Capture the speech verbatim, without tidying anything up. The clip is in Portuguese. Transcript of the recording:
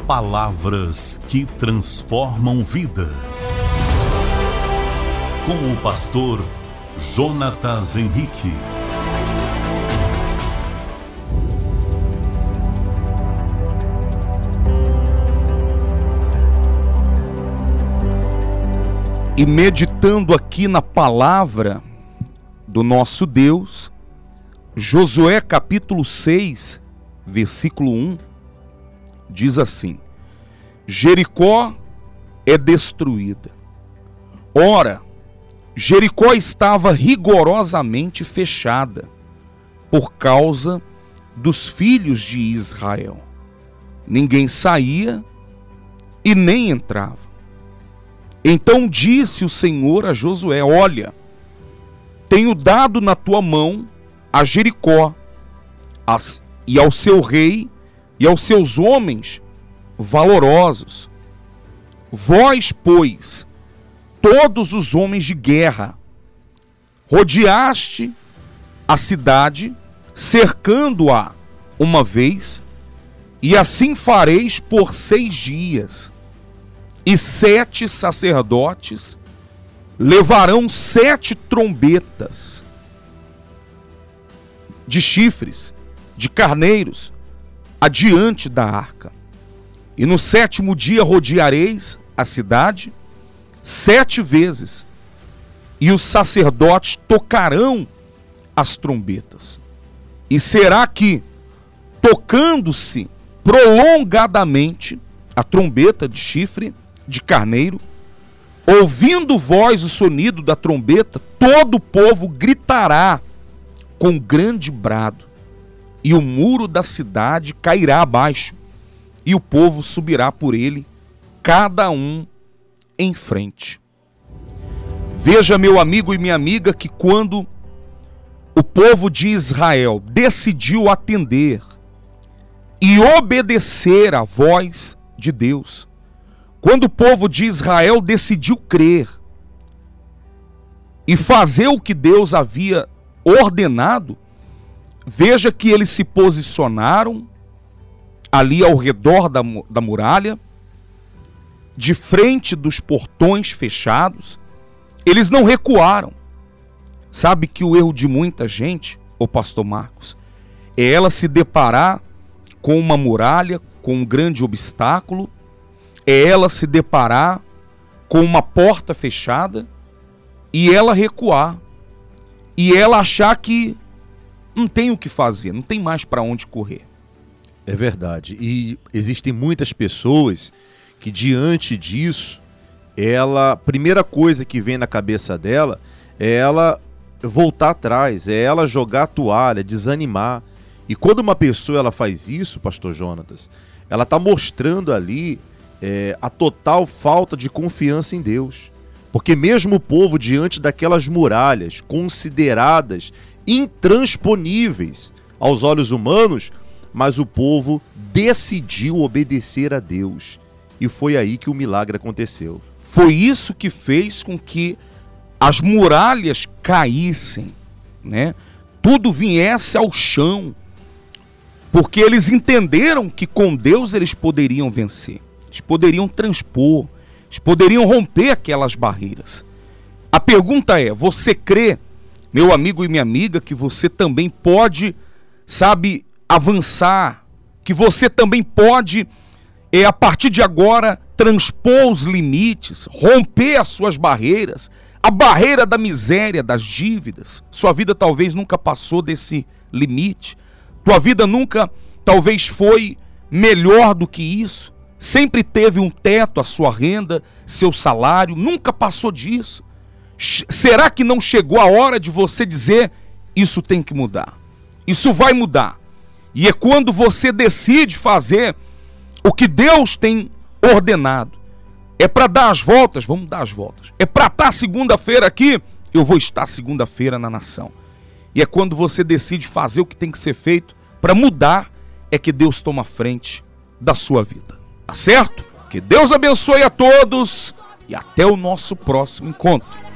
Palavras que transformam vidas. Com o pastor Jonatas Henrique. E meditando aqui na palavra do nosso Deus, Josué capítulo seis, versículo um, diz assim: Jericó é destruída. Ora, Jericó estava rigorosamente fechada por causa dos filhos de Israel. Ninguém saía e nem entrava. Então disse o Senhor a Josué: olha, tenho dado na tua mão a Jericó as, e ao seu rei e aos seus homens valorosos. Vós, pois, todos os homens de guerra, rodeaste a cidade, cercando-a uma vez, e assim fareis por seis dias. E sete sacerdotes levarão sete trombetas de chifres, de carneiros, adiante da arca. E no sétimo dia rodeareis a cidade sete vezes, e os sacerdotes tocarão as trombetas. E será que, tocando-se prolongadamente a trombeta de chifre, de carneiro, ouvindo vós o sonido da trombeta, todo o povo gritará com grande brado, e o muro da cidade cairá abaixo, e o povo subirá por ele, cada um em frente. Veja, meu amigo e minha amiga, que quando o povo de Israel decidiu atender e obedecer à voz de Deus, quando o povo de Israel decidiu crer e fazer o que Deus havia ordenado, veja que eles se posicionaram ali ao redor da, da muralha, de frente dos portões fechados. Eles não recuaram. Sabe que o erro de muita gente, ô pastor Marcos, é ela se deparar com uma muralha, com um grande obstáculo, é ela se deparar com uma porta fechada e ela recuar. E ela achar que não tem o que fazer, não tem mais para onde correr. É verdade. E existem muitas pessoas que, diante disso, ela, a primeira coisa que vem na cabeça dela é ela voltar atrás, é ela jogar a toalha, desanimar. E quando uma pessoa ela faz isso, pastor Jonatas, ela está mostrando ali é, a total falta de confiança em Deus. Porque mesmo o povo, diante daquelas muralhas consideradas intransponíveis aos olhos humanos, mas o povo decidiu obedecer a Deus. E foi aí que o milagre aconteceu. Foi isso que fez com que as muralhas caíssem, né? Tudo viesse ao chão, porque eles entenderam que com Deus eles poderiam vencer, eles poderiam transpor, eles poderiam romper aquelas barreiras. A pergunta é: você crê, meu amigo e minha amiga, que você também pode, sabe, avançar, que você também pode, é, a partir de agora, transpor os limites, romper as suas barreiras, a barreira da miséria, das dívidas? Sua vida talvez nunca passou desse limite, tua vida nunca, talvez, foi melhor do que isso, sempre teve um teto, a sua renda, seu salário, nunca passou disso. Será que não chegou a hora de você dizer: isso tem que mudar, isso vai mudar? E é quando você decide fazer o que Deus tem ordenado. É para dar as voltas, vamos dar as voltas. É para estar segunda-feira aqui, eu vou estar segunda-feira na nação. E é quando você decide fazer o que tem que ser feito para mudar, é que Deus toma frente da sua vida. Tá certo? Que Deus abençoe a todos e até o nosso próximo encontro.